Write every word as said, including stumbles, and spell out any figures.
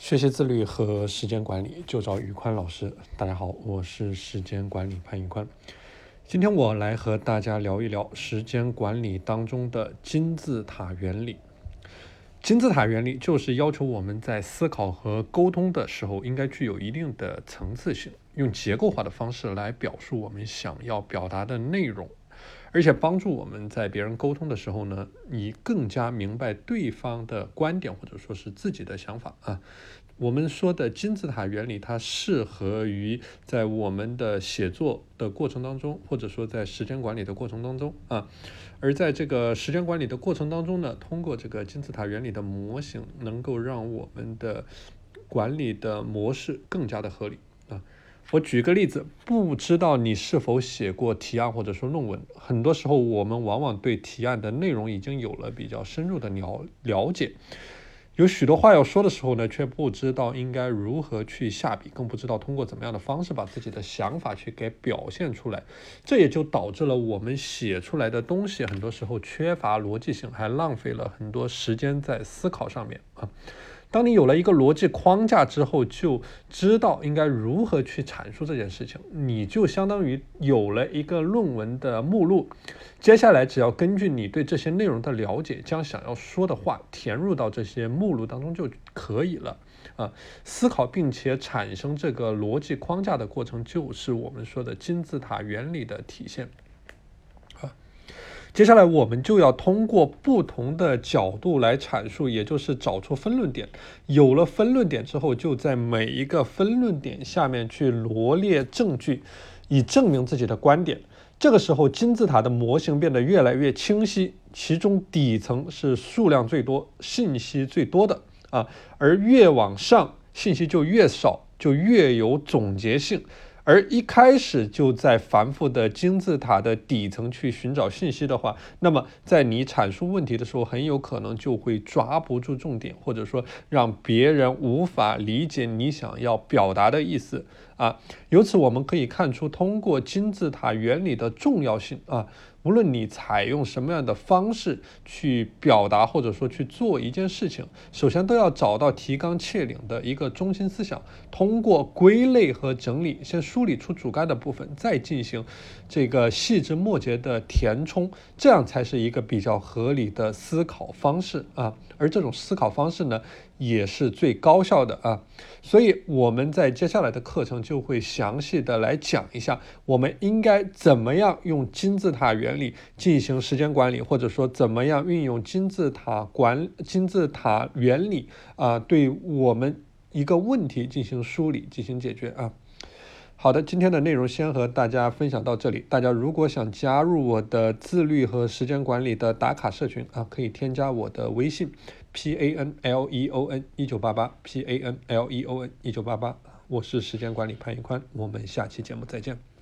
学习自律和时间管理就找宇宽老师。大家好，我是时间管理潘宇宽。今天我来和大家聊一聊时间管理当中的金字塔原理。金字塔原理就是要求我们在思考和沟通的时候应该具有一定的层次性，用结构化的方式来表述我们想要表达的内容，而且帮助我们在别人沟通的时候呢，你更加明白对方的观点或者说是自己的想法啊。我们说的金字塔原理，它适合于在我们的写作的过程当中，或者说在时间管理的过程当中啊。而在这个时间管理的过程当中呢，通过这个金字塔原理的模型，能够让我们的管理的模式更加的合理啊。我举个例子，不知道你是否写过提案或者说论文，很多时候我们往往对提案的内容已经有了比较深入的了了解，有许多话要说的时候呢，却不知道应该如何去下笔，更不知道通过怎么样的方式把自己的想法去给表现出来。这也就导致了我们写出来的东西很多时候缺乏逻辑性，还浪费了很多时间在思考上面啊。当你有了一个逻辑框架之后，就知道应该如何去阐述这件事情，你就相当于有了一个论文的目录。接下来只要根据你对这些内容的了解，将想要说的话填入到这些目录当中就可以了啊。思考并且产生这个逻辑框架的过程，就是我们说的金字塔原理的体现啊。接下来我们就要通过不同的角度来阐述，也就是找出分论点。有了分论点之后，就在每一个分论点下面去罗列证据，以证明自己的观点。这个时候金字塔的模型变得越来越清晰，其中底层是数量最多、信息最多的啊，而越往上信息就越少，就越有总结性。而一开始就在繁复的金字塔的底层去寻找信息的话，那么在你阐述问题的时候，很有可能就会抓不住重点，或者说让别人无法理解你想要表达的意思啊。由此我们可以看出，通过金字塔原理的重要性啊。无论你采用什么样的方式去表达或者说去做一件事情，首先都要找到提纲挈领的一个中心思想，通过归类和整理，先梳理出主干的部分，再进行这个细枝末节的填充，这样才是一个比较合理的思考方式啊。而这种思考方式呢，也是最高效的啊。所以我们在接下来的课程就会详细的来讲一下，我们应该怎么样用金字塔原理进行时间管理，或者说怎么样运用金字塔管金字塔原理啊，对我们一个问题进行梳理，进行解决啊。好的，今天的内容先和大家分享到这里。大家如果想加入我的自律和时间管理的打卡社群啊，可以添加我的微信 P A N L E O N 一九八八 P A N L E O N 一九八八，我是时间管理潘一宽，我们下期节目再见。